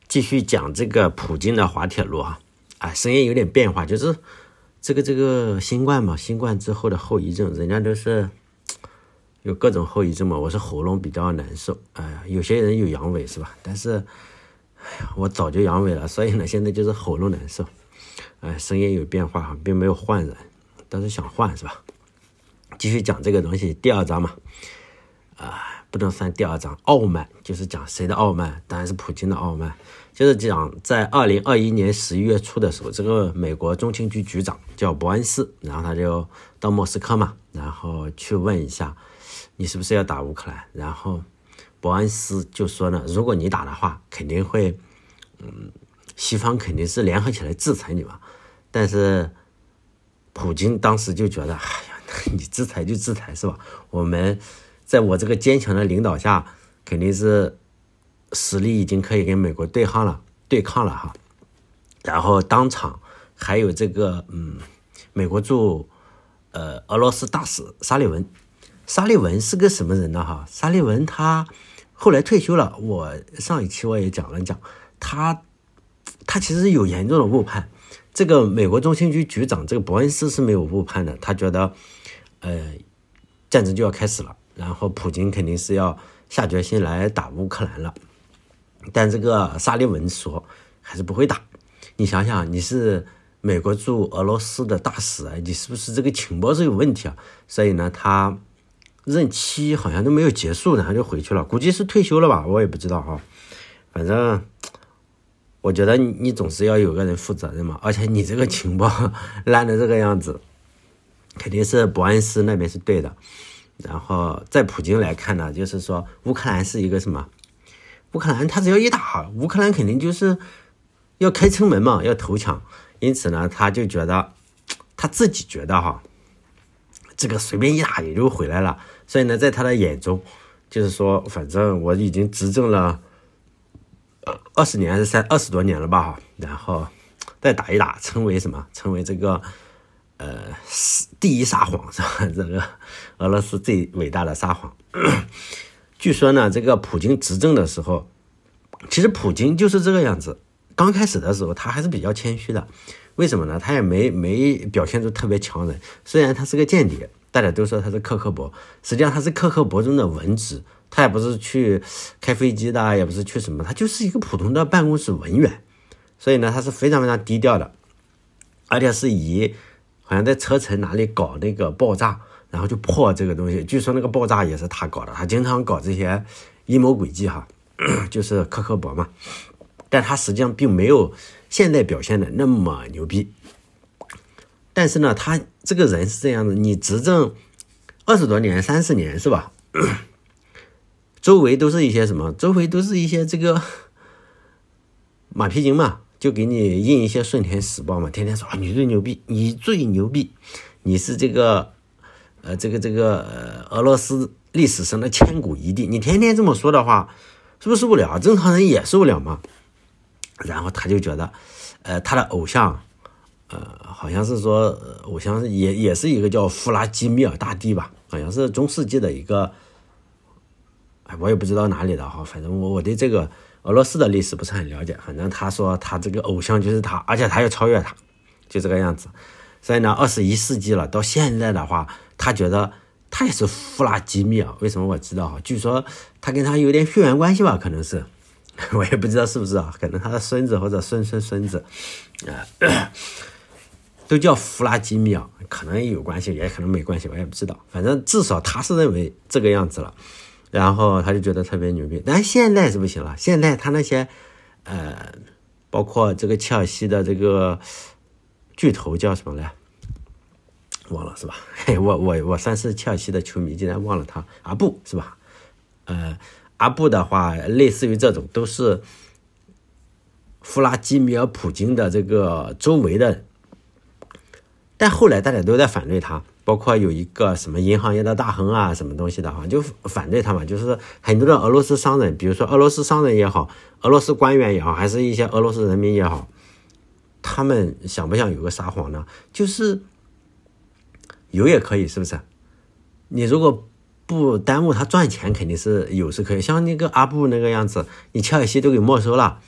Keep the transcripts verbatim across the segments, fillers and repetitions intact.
继续讲这个普京的滑铁卢啊，啊，声音有点变化，就是这个这个新冠嘛，新冠之后的后遗症，人家都是有各种后遗症嘛。我是喉咙比较难受，哎呀，有些人有阳痿是吧？但是，哎呀，我早就阳痿了，所以呢，现在就是喉咙难受，哎，声音有变化，并没有换人，但是想换是吧？继续讲这个东西，第二章嘛，啊。不能算第二章，傲慢就是讲谁的傲慢，当然是普京的傲慢。就是讲在二零二一年十一月初的时候，这个美国中情局局长叫伯恩斯，然后他就到莫斯科嘛，然后去问一下你是不是要打乌克兰，然后伯恩斯就说呢，如果你打的话，肯定会，嗯，西方肯定是联合起来制裁你嘛。但是普京当时就觉得，哎呀，你制裁就制裁是吧？我们在我这个坚强的领导下，肯定是实力已经可以跟美国对抗了，对抗了哈。然后当场还有这个嗯，美国驻呃俄罗斯大使沙利文，沙利文是个什么人呢哈？沙利文他后来退休了，我上一期我也讲了讲，他他其实有严重的误判。这个美国中情局局长这个伯恩斯是没有误判的，他觉得呃战争就要开始了。然后普京肯定是要下决心来打乌克兰了，但这个沙利文说还是不会打。你想想，你是美国驻俄罗斯的大使啊，你是不是这个情报是有问题啊？所以呢，他任期好像都没有结束，然后就回去了，估计是退休了吧，我也不知道哈。反正我觉得你总是要有个人负责任嘛，而且你这个情报烂的这个样子，肯定是伯恩斯那边是对的。然后在普京来看呢，就是说乌克兰是一个什么？乌克兰他只要一打，乌克兰肯定就是要开城门嘛，要投降。因此呢，他就觉得他自己觉得哈，这个随便一打也就回来了。所以呢，在他的眼中，就是说，反正我已经执政了二十年还是三二十多年了吧哈，然后再打一打，成为什么？成为这个。呃，第一撒谎是吧？这个俄罗斯最伟大的撒谎。据说呢，这个普京执政的时候，其实普京就是这个样子。刚开始的时候，他还是比较谦虚的。为什么呢？他也没没表现出特别强人。虽然他是个间谍，大家都说他是克克伯，实际上他是克克伯中的文职。他也不是去开飞机的，也不是去什么，他就是一个普通的办公室文员。所以呢，他是非常非常低调的，而且是以好像在车臣哪里搞那个爆炸，然后就破这个东西。据说那个爆炸也是他搞的，他经常搞这些阴谋诡计哈，就是克克伯嘛。但他实际上并没有现在表现的那么牛逼。但是呢，他这个人是这样的，你执政二十多年、三十年是吧？周围都是一些什么？周围都是一些这个马屁精嘛。就给你印一些顺天时报嘛，天天说啊你最牛逼，你最牛逼，你是这个呃这个这个呃俄罗斯历史上的千古一帝，你天天这么说的话，是不是受不了？正常人也受不了嘛。然后他就觉得，呃他的偶像，呃好像是说、呃、偶像也也是一个叫弗拉基米尔大帝吧，好像是中世纪的一个，哎我也不知道哪里的哈，反正我我对这个。俄罗斯的历史不是很了解，反正他说他这个偶像就是他，而且他要超越他，就这个样子。所以呢，二十一世纪了，到现在的话，他觉得他也是弗拉基米尔。为什么我知道？据说他跟他有点血缘关系吧，可能是，我也不知道是不是啊，可能他的孙子或者孙孙孙子，呃，都叫弗拉基米尔，可能有关系，也可能没关系，我也不知道。反正至少他是认为这个样子了。然后他就觉得特别牛逼，但现在是不行了。现在他那些，呃，包括这个切尔西的这个巨头叫什么来？忘了是吧？嘿，我我我算是切尔西的球迷，竟然忘了他阿布是吧？呃，阿布的话，类似于这种都是弗拉基米尔·普京的这个周围的人，但后来大家都在反对他。包括有一个什么银行业的大亨啊，什么东西的话，就反对他嘛。就是很多的俄罗斯商人，比如说俄罗斯商人也好，俄罗斯官员也好，还是一些俄罗斯人民也好，他们想不想有个撒谎呢？就是有也可以，是不是？你如果不耽误他赚钱，肯定是有是可以。像那个阿布那个样子，你切尔西都给没收了，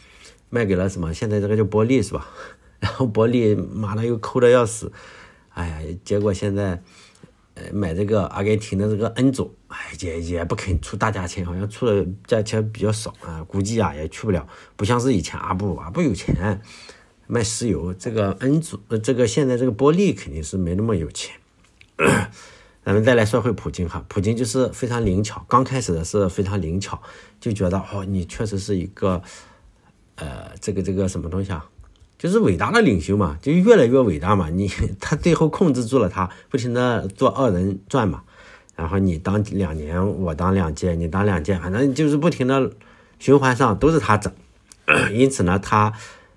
卖给了什么？现在这个叫波利是吧？然后波利妈的又抠的要死，哎呀，结果现在呃买这个阿根廷的这个恩佐，哎也也不肯出大价钱，好像出的价钱比较少啊，估计啊也去不了，不像是以前阿布阿布有钱卖石油，这个恩佐呃这个现在这个波利肯定是没那么有钱。咱们再来说回普京哈，普京就是非常灵巧，刚开始的是非常灵巧，就觉得哦你确实是一个呃这个这个什么东西啊。就是伟大的领袖嘛，就越来越伟大嘛。你他最后控制住了他，不停的做二人转嘛。然后你当两年，我当两届，你当两届，反正就是不停的循环上都是他整。因此呢，他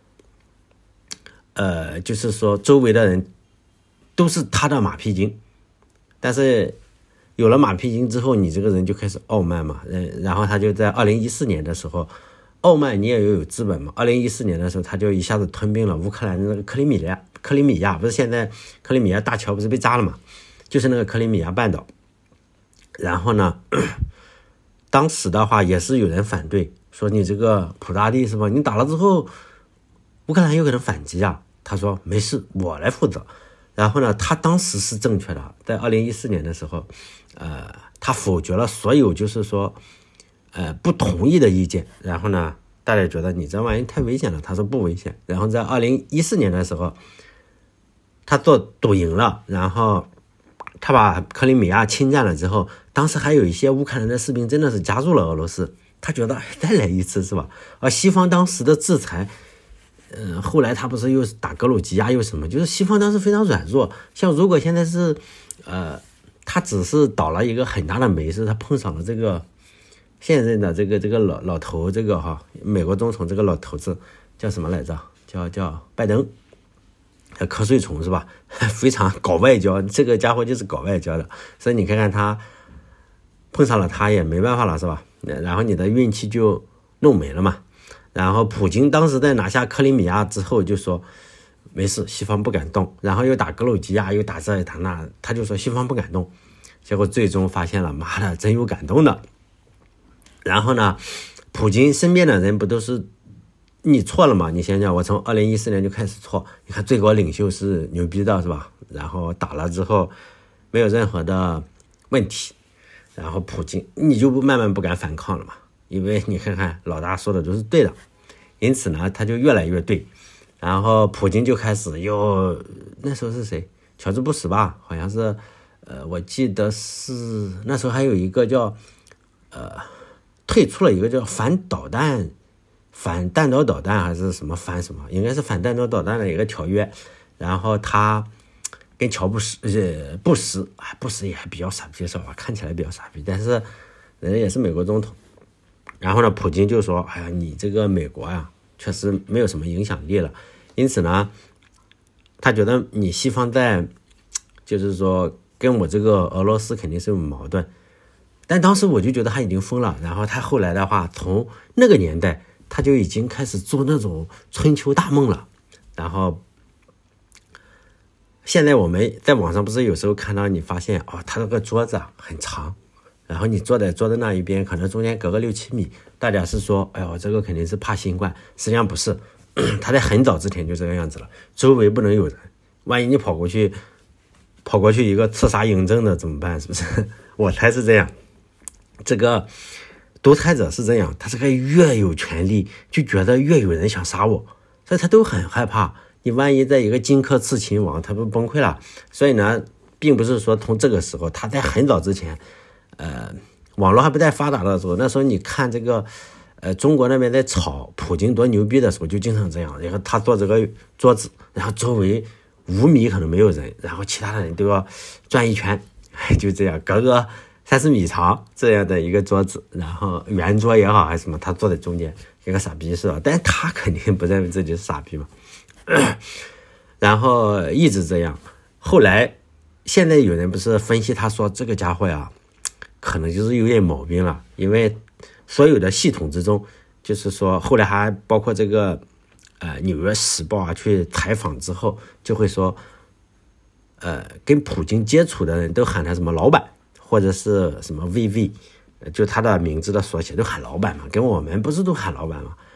呃就是说周围的人都是他的马屁精。但是有了马屁精之后，你这个人就开始傲慢嘛。然后他就在二零一四年的时候。傲慢你也有有资本嘛？二零一四年的时候，他就一下子吞并了乌克兰的那个克里米亚，克里米亚不是现在克里米亚大桥不是被炸了嘛？就是那个克里米亚半岛。然后呢，当时的话也是有人反对，说你这个普大帝是吧？你打了之后，乌克兰有可能反击啊。他说没事，我来负责。然后呢，他当时是正确的，在二零一四年的时候，呃，他否决了所有就是说。呃，不同意的意见，然后呢，大家觉得你这玩意太危险了，他说不危险。然后在二零一四年的时候，他做赌赢了，然后他把克里米亚侵占了之后，当时还有一些乌克兰的士兵真的是加入了俄罗斯，他觉得再来一次是吧？而西方当时的制裁，嗯、呃，后来他不是又打格鲁吉亚又什么，就是西方当时非常软弱。像如果现在是，呃，他只是倒了一个很大的霉，是他碰上了这个。现任的这个这个老老头，这个哈，美国总统这个老头子叫什么来着？叫叫拜登，瞌睡虫是吧？非常搞外交，这个家伙就是搞外交的。所以你看看他碰上了他也没办法了是吧？然后你的运气就弄没了嘛。然后普京当时在拿下克里米亚之后就说没事，西方不敢动。然后又打格鲁吉亚，又打这一打那，他就说西方不敢动。结果最终发现了，妈的，真有敢动的。然后呢，普京身边的人不都是你错了吗？你想想，我从二零一四年就开始错，你看最高领袖是牛逼的是吧？然后打了之后没有任何的问题，然后普京你就慢慢不敢反抗了嘛，因为你看看老大说的都是对的，因此呢他就越来越对。然后普京就开始又那时候是谁？乔治布什吧，好像是呃，我记得是那时候还有一个叫呃。退出了一个叫反导弹、反弹道导弹还是什么反什么，应该是反弹道导弹的一个条约。然后他跟乔布什、呃布什，哎，布什也还比较傻逼是吧？看起来比较傻逼，但是人家也是美国总统。然后呢，普京就说：“哎呀，你这个美国呀，确实没有什么影响力了。因此呢，他觉得你西方在，就是说跟我这个俄罗斯肯定是有矛盾。”但当时我就觉得他已经疯了，然后他后来的话，从那个年代他就已经开始做那种春秋大梦了。然后现在我们在网上不是有时候看到你发现哦，他这个桌子啊很长，然后你坐在桌子那一边，可能中间隔个六七米，大家是说，哎呦，这个肯定是怕新冠，实际上不是，他在很早之前就这个样子了，周围不能有人，万一你跑过去，跑过去一个刺杀嬴政的怎么办？是不是？我猜是这样。这个独裁者是这样，他这个越有权力就觉得越有人想杀我，所以他都很害怕你万一在一个荆轲刺秦王，他不崩溃了。所以呢并不是说从这个时候，他在很早之前呃，网络还不太发达的时候，那时候你看这个呃中国那边在炒普京多牛逼的时候，就经常这样，然后他坐这个桌子，然后周围五米可能没有人，然后其他的人都要转一圈，就这样隔个三十米长这样的一个桌子，然后圆桌也好还是什么，他坐在中间跟个傻逼似的，但他肯定不认为自己是傻逼嘛。然后一直这样，后来现在有人不是分析，他说这个家伙呀可能就是有点毛病了，因为所有的系统之中，就是说后来还包括这个呃纽约时报啊去采访之后就会说呃跟普京接触的人都喊他什么老板或者是什么 V V， 就他的名字的缩写都喊老板嘛，跟我们不是都喊老板嘛？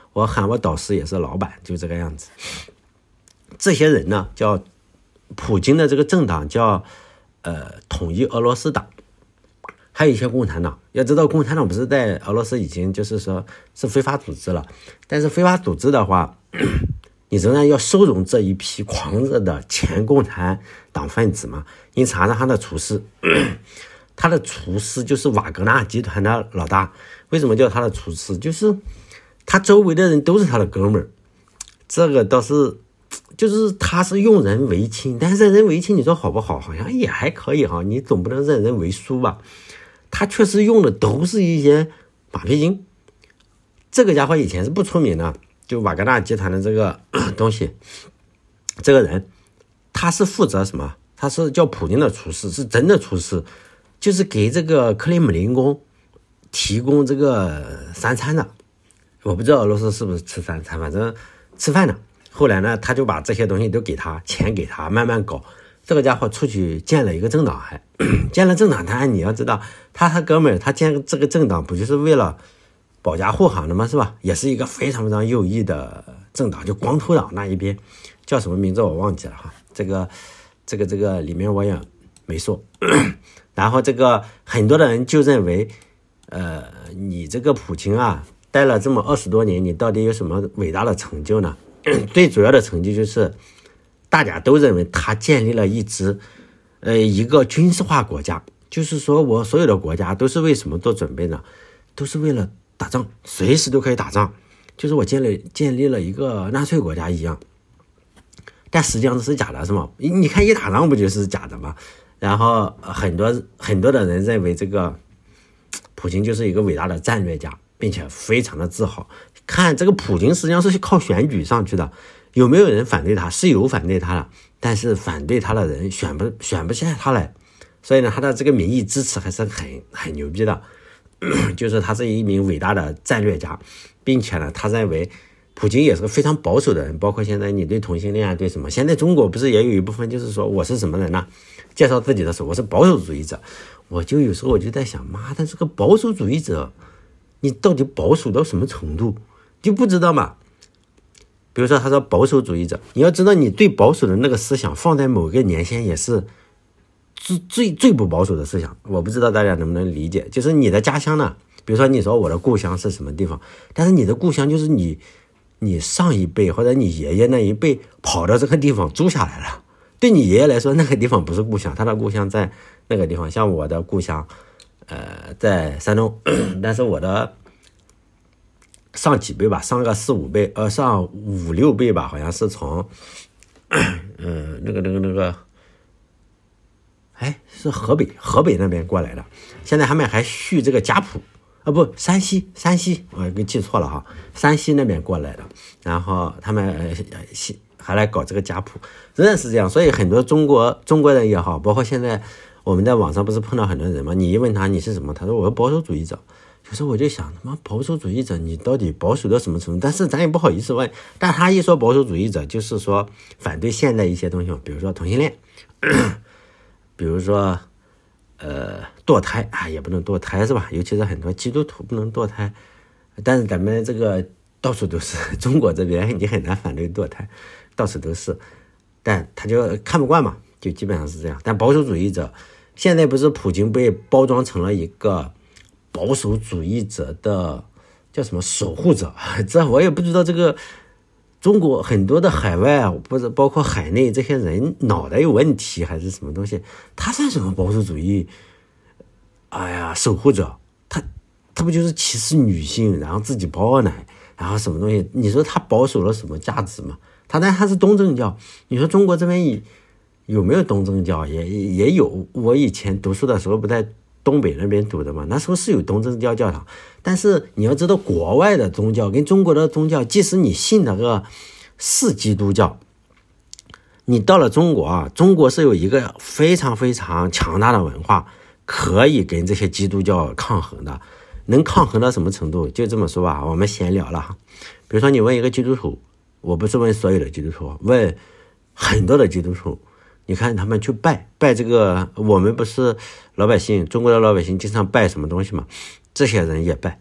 我喊我导师也是老板，就这个样子。这些人呢，叫普京的这个政党叫呃统一俄罗斯党，还有一些共产党。要知道共产党不是在俄罗斯已经就是说是非法组织了，但是非法组织的话，你仍然要收容这一批狂热的前共产党分子嘛。你查查他的厨师，他的厨师就是瓦格纳集团的老大。为什么叫他的厨师？就是他周围的人都是他的哥们儿。这个倒是就是他是用人为亲，但是任人唯亲你说好不好？好像也还可以哈，你总不能任人唯疏吧。他确实用的都是一些马屁精。这个家伙以前是不出名的，就瓦格纳集团的这个东西，这个人他是负责什么？他是叫普京的厨师，是真的厨师，就是给这个克里姆林宫提供这个三餐的。我不知道俄罗斯是不是吃三餐，反正吃饭的。后来呢，他就把这些东西都给他，钱给他，慢慢搞。这个家伙出去建了一个政党，还建了政党。他你要知道，他他哥们儿他建这个政党不就是为了保驾护航的吗？是吧？也是一个非常非常右翼的政党，就光头党那一边叫什么名字我忘记了哈。这个这个这个里面我也没说。然后这个很多的人就认为，呃，你这个普京啊，待了这么二十多年，你到底有什么伟大的成就呢？最主要的成就就是大家都认为他建立了一支呃一个军事化国家，就是说我所有的国家都是为什么做准备呢？都是为了打仗，随时都可以打仗，就是我建立建立了一个纳粹国家一样。但实际上这是假的，是吗？你看一打仗不就是假的吗？然后很多很多的人认为这个普京就是一个伟大的战略家，并且非常的自豪。看这个普京实际上是靠选举上去的，有没有人反对他？是有反对他的，但是反对他的人选不选不下他来，所以呢，他的这个民意支持还是很很牛逼的。就是他是一名伟大的战略家，并且呢，他认为普京也是个非常保守的人。包括现在你对同性恋啊，对什么？现在中国不是也有一部分就是说我是什么人呢？介绍自己的时候，我是保守主义者。我就有时候我就在想，妈的，这个保守主义者，你到底保守到什么程度？就不知道嘛。比如说他说保守主义者，你要知道你最保守的那个思想放在某个年限也是最最最不保守的思想。我不知道大家能不能理解，就是你的家乡呢，比如说你说我的故乡是什么地方，但是你的故乡就是你你上一辈或者你爷爷那一辈跑到这个地方住下来了，对你爷爷来说那个地方不是故乡，他的故乡在那个地方。像我的故乡呃在山东，但是我的上几辈吧，上个四五辈，呃，上五六辈吧，好像是从，嗯、呃，那个那个那个，哎，是河北河北那边过来的。现在他们还续这个家谱啊，不，山西山西，我给记错了哈，山西那边过来的。然后他们呃还来搞这个家谱，仍然是这样。所以很多中国中国人也好，包括现在我们在网上不是碰到很多人嘛，你一问他你是什么，他说我是保守主义者。有时候我就想，他妈保守主义者，你到底保守到什么程度？但是咱也不好意思问。但他一说保守主义者，就是说反对现在一些东西嘛，比如说同性恋，比如说呃堕胎啊，也不能堕胎是吧？尤其是很多基督徒不能堕胎，但是咱们这个到处都是，中国这边你很难反对堕胎，到处都是，但他就看不惯嘛，就基本上是这样。但保守主义者现在不是普京被包装成了一个保守主义者的叫什么守护者，这我也不知道。这个中国很多的海外啊，不是包括海内这些人脑袋有问题还是什么东西，他算什么保守主义？哎呀，守护者，他他不就是歧视女性，然后自己包奶，然后什么东西？你说他保守了什么价值吗？他但他是东正教，你说中国这边有没有东正教？也也有。我以前读书的时候不在东北那边读的嘛，那时候是有东正教教堂，但是你要知道国外的宗教跟中国的宗教，即使你信那个是基督教，你到了中国啊，中国是有一个非常非常强大的文化，可以跟这些基督教抗衡的。能抗衡到什么程度？就这么说吧，我们闲聊了哈。比如说你问一个基督徒，我不是问所有的基督徒，问很多的基督徒，你看他们去拜拜这个，我们不是老百姓，中国的老百姓经常拜什么东西嘛？这些人也拜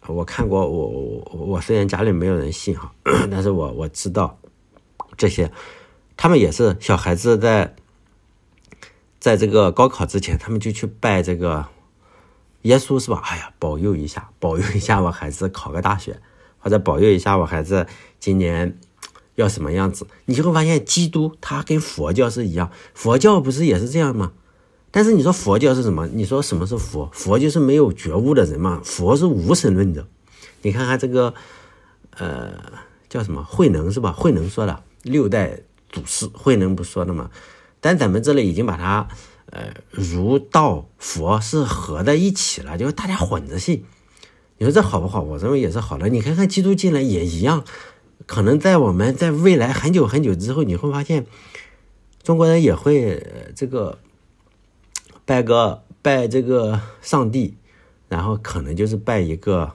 我看过，我我我虽然家里没有人信哈，但是我我知道这些，他们也是小孩子在在这个高考之前，他们就去拜这个耶稣是吧？哎呀，保佑一下，保佑一下我孩子考个大学，或者保佑一下我孩子今年要什么样子。你就会发现，基督他跟佛教是一样，佛教不是也是这样吗？但是你说佛教是什么？你说什么是佛？佛就是没有觉悟的人嘛。佛是无神论者。你看看这个，呃，叫什么慧能是吧？慧能说的六代祖师，慧能不说的吗？但咱们这里已经把它，呃，儒道佛是合在一起了，就是大家混着信。你说这好不好？我认为也是好的。你看看基督进来也一样，可能在我们在未来很久很久之后，你会发现中国人也会、呃、这个。拜个拜这个上帝，然后可能就是拜一个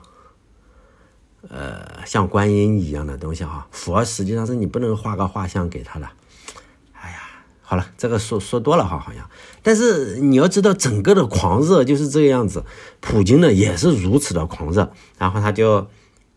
呃像观音一样的东西哈。佛实际上是你不能画个画像给他的。哎呀，好了，这个说说多了哈，好像。但是你要知道，整个的狂热就是这个样子。普京呢也是如此的狂热，然后他就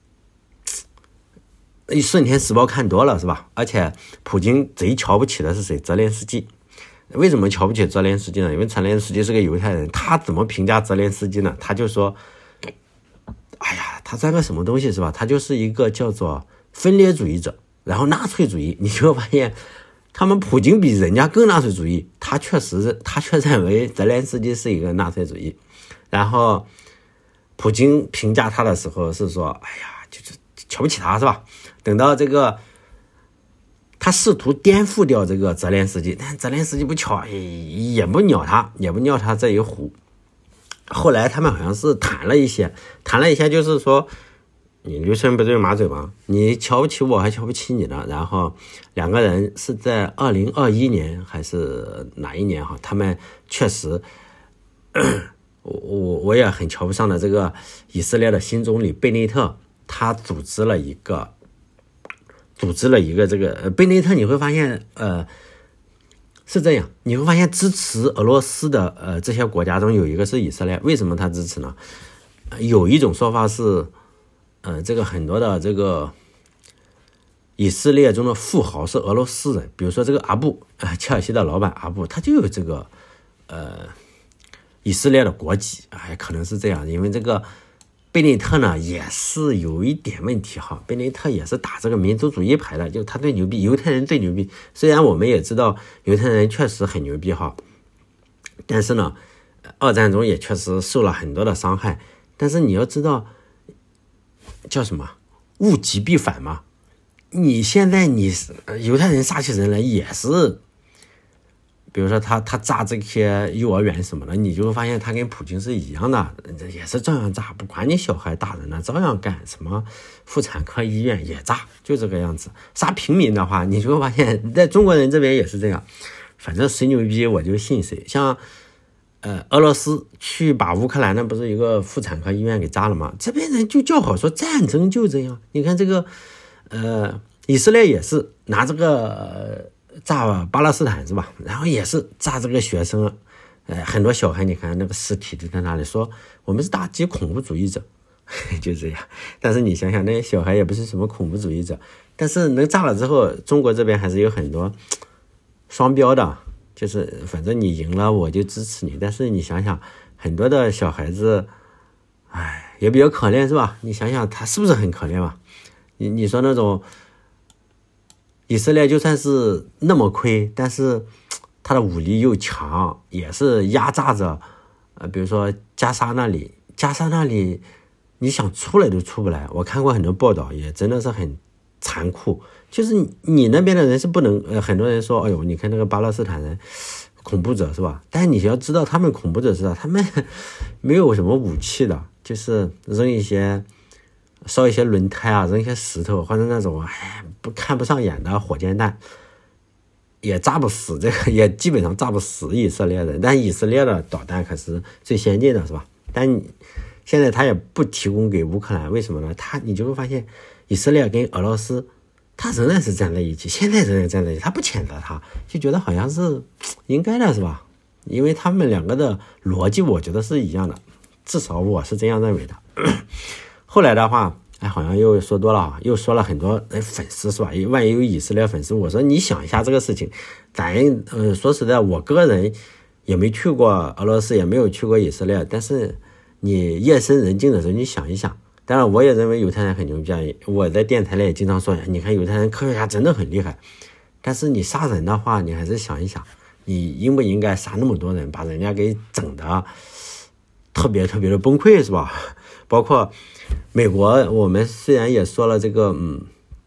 《顺天时报》看多了是吧？而且普京贼瞧不起的是谁？泽连斯基。为什么瞧不起泽连斯基呢？因为泽连斯基是个犹太人，他怎么评价泽连斯基呢？他就说，哎呀，他算个什么东西是吧？他就是一个叫做分裂主义者，然后纳粹主义。你就发现，他们普京比人家更纳粹主义，他确实，他却认为泽连斯基是一个纳粹主义。然后，普京评价他的时候是说，哎呀，就是瞧不起他是吧？等到这个。他试图颠覆掉这个泽连斯基，但泽连斯基不巧，也不鸟他，也不鸟他这一壶。后来他们好像是谈了一些，谈了一下，就是说，你驴唇不对马嘴嘛，你瞧不起我，还瞧不起你呢。然后两个人是在二零二一年还是哪一年哈？他们确实，我我我也很瞧不上的这个以色列的新总理贝内特，他组织了一个。组织了一个这个呃，贝内特你会发现呃是这样，你会发现支持俄罗斯的呃这些国家中有一个是以色列，为什么他支持呢？呃、有一种说法是，呃，这个很多的这个以色列中的富豪是俄罗斯人，比如说这个阿布啊、呃，切尔西的老板阿布，他就有这个呃以色列的国籍，哎，可能是这样，因为这个。贝内特呢也是有一点问题哈，贝内特也是打这个民族主义牌的，就他最牛逼，犹太人最牛逼。虽然我们也知道犹太人确实很牛逼哈，但是呢，二战中也确实受了很多的伤害。但是你要知道，叫什么物极必反嘛？你现在你犹太人杀起人来也是。比如说他他炸这些幼儿园什么的，你就会发现他跟普京是一样的，也是照样炸，不管你小孩大人呢，照样干。什么妇产科医院也炸，就这个样子。杀平民的话，你就会发现在中国人这边也是这样，反正谁牛逼我就信谁。像呃俄罗斯去把乌克兰的不是一个妇产科医院给炸了吗？这边人就叫好说战争就这样。你看这个呃以色列也是拿这个。呃炸巴勒斯坦是吧？然后也是炸这个学生，呃，很多小孩你看那个尸体就在那里说我们是打击恐怖主义者，就这样。但是你想想，那些小孩也不是什么恐怖主义者，但是能炸了之后，中国这边还是有很多双标的，就是反正你赢了我就支持你。但是你想想，很多的小孩子，哎，也比较可怜是吧？你想想他是不是很可怜吧？你你说那种。以色列就算是那么亏，但是他的武力又强，也是压榨着，呃，比如说加沙那里，加沙那里，你想出来都出不来。我看过很多报道，也真的是很残酷。就是你，你那边的人是不能，呃，很多人说，哎呦，你看那个巴勒斯坦人恐怖者是吧？但是你要知道，他们恐怖者是吧？他们没有什么武器的，就是扔一些。烧一些轮胎啊，扔一些石头，或者那种哎不看不上眼的火箭弹，也炸不死这个，也基本上炸不死以色列人。但以色列的导弹可是最先进的，是吧？但现在他也不提供给乌克兰，为什么呢？他你就会发现，以色列跟俄罗斯，他仍然是站在一起，现在仍然站在一起，他不谴责他，就觉得好像是应该的，是吧？因为他们两个的逻辑，我觉得是一样的，至少我是这样认为的。 后来的话，哎，好像又说多了啊，又说了很多哎粉丝是吧？万一有以色列粉丝，我说你想一下这个事情，咱呃说实在，我个人也没去过俄罗斯，也没有去过以色列，但是你夜深人静的时候，你想一想。当然，我也认为犹太人很牛逼，我在电台里也经常说，你看犹太人科学家真的很厉害。但是你杀人的话，你还是想一想，你应不应该杀那么多人，把人家给整的特别特别的崩溃，是吧？包括美国，我们虽然也说了这个，嗯，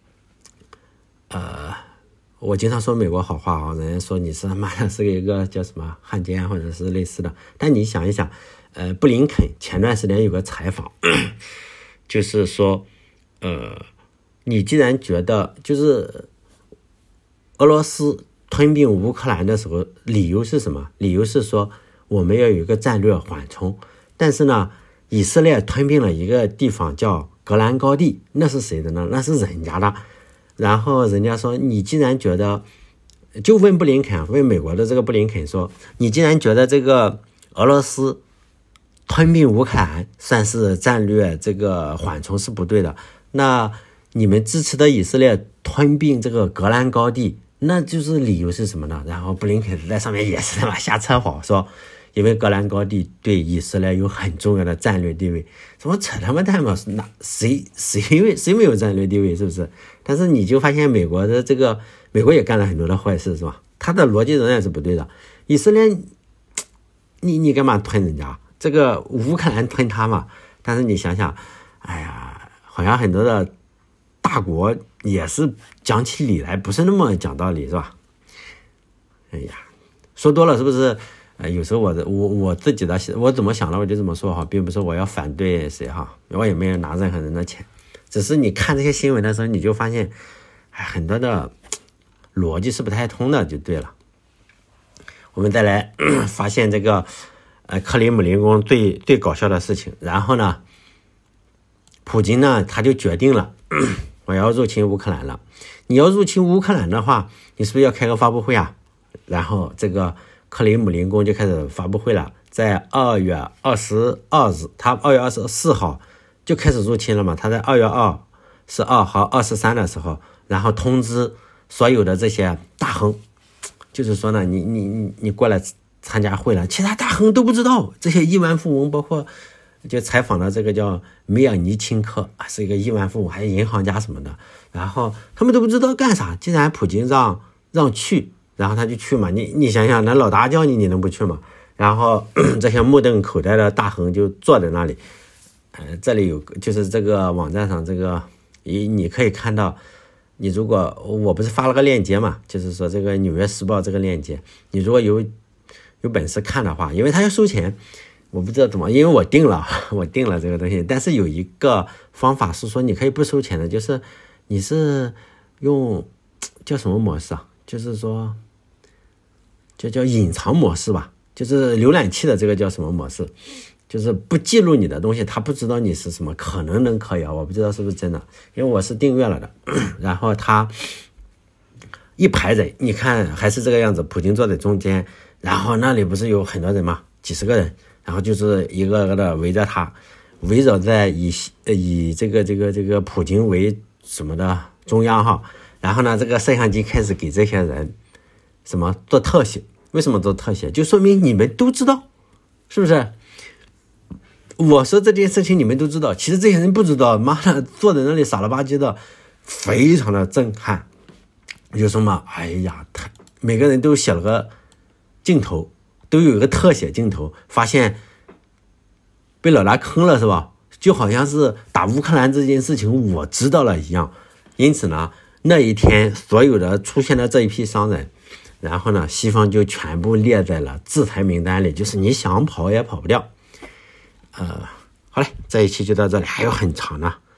呃，我经常说美国好话啊，人家说你是他妈的是一个叫什么汉奸或者是类似的。但你想一想，呃，布林肯前段时间有个采访，就是说，呃，你既然觉得就是俄罗斯吞并乌克兰的时候，理由是什么？理由是说我们要有一个战略缓冲，但是呢，以色列吞并了一个地方叫戈兰高地，那是谁的呢？那是人家的。然后人家说，你既然觉得，就问布林肯，问美国的这个布林肯说，你既然觉得这个俄罗斯吞并乌克兰算是战略这个缓冲是不对的，那你们支持的以色列吞并这个戈兰高地，那就是理由是什么呢？然后布林肯在上面也是他妈瞎扯谎，说因为戈兰高地对以色列有很重要的战略地位。怎么扯他妈蛋嘛？那谁谁谁没有战略地位，是不是？但是你就发现美国的这个，美国也干了很多的坏事，是吧？他的逻辑仍然是不对的。以色列，你你干嘛吞人家？这个乌克兰吞他嘛？但是你想想，哎呀，好像很多的大国也是讲起理来不是那么讲道理，是吧？哎呀，说多了是不是？呃，有时候我的我我自己的我怎么想的我就这么说哈，并不是我要反对谁哈，我也没有拿任何人的钱，只是你看这些新闻的时候，你就发现，哎，很多的逻辑是不太通的，就对了。我们再来发现这个呃克里姆林宫最最搞笑的事情，然后呢，普京呢他就决定了，我要入侵乌克兰了。你要入侵乌克兰的话，你是不是要开个发布会啊？然后这个克里姆林宫就开始发布会了，在二月二十二日，他二月二十四号就开始入侵了嘛。他在二月二十二和二十三的时候，然后通知所有的这些大亨，就是说呢，你你你你过来参加会了，其他大亨都不知道，这些亿万富翁，包括就采访的这个叫梅尔尼钦科啊，是一个亿万富翁，还有银行家什么的，然后他们都不知道干啥，既然普京让让去。然后他就去嘛，你你想想，那老大叫你，你能不去吗？然后这些目瞪口呆的大亨就坐在那里，呃，这里有就是这个网站上这个，你你可以看到，你如果我不是发了个链接嘛，就是说这个《纽约时报》这个链接，你如果有有本事看的话，因为他要收钱，我不知道怎么，因为我定了，我定了这个东西，但是有一个方法是说你可以不收钱的，就是你是用叫什么模式啊？就是说。就叫隐藏模式吧，就是浏览器的这个叫什么模式，就是不记录你的东西，他不知道你是什么，可能能可以啊，我不知道是不是真的，因为我是订阅了的。然后他一排人，你看还是这个样子，普京坐在中间，然后那里不是有很多人吗？几十个人，然后就是一个个的围着他，围绕在以以这个这个这个普京为什么的中央哈，然后呢，这个摄像机开始给这些人什么做特写。为什么做特写？就说明你们都知道，是不是？我说这件事情你们都知道，其实这些人不知道，妈的坐在那里傻了吧唧的，非常的震撼。有什么？哎呀，他每个人都写了个镜头，都有一个特写镜头，发现被老大坑了，是吧？就好像是打乌克兰这件事情我知道了一样。因此呢，那一天所有的出现的这一批商人。然后呢，西方就全部列在了制裁名单里，就是你想跑也跑不掉。呃，好嘞，这一期就到这里，还有很长呢。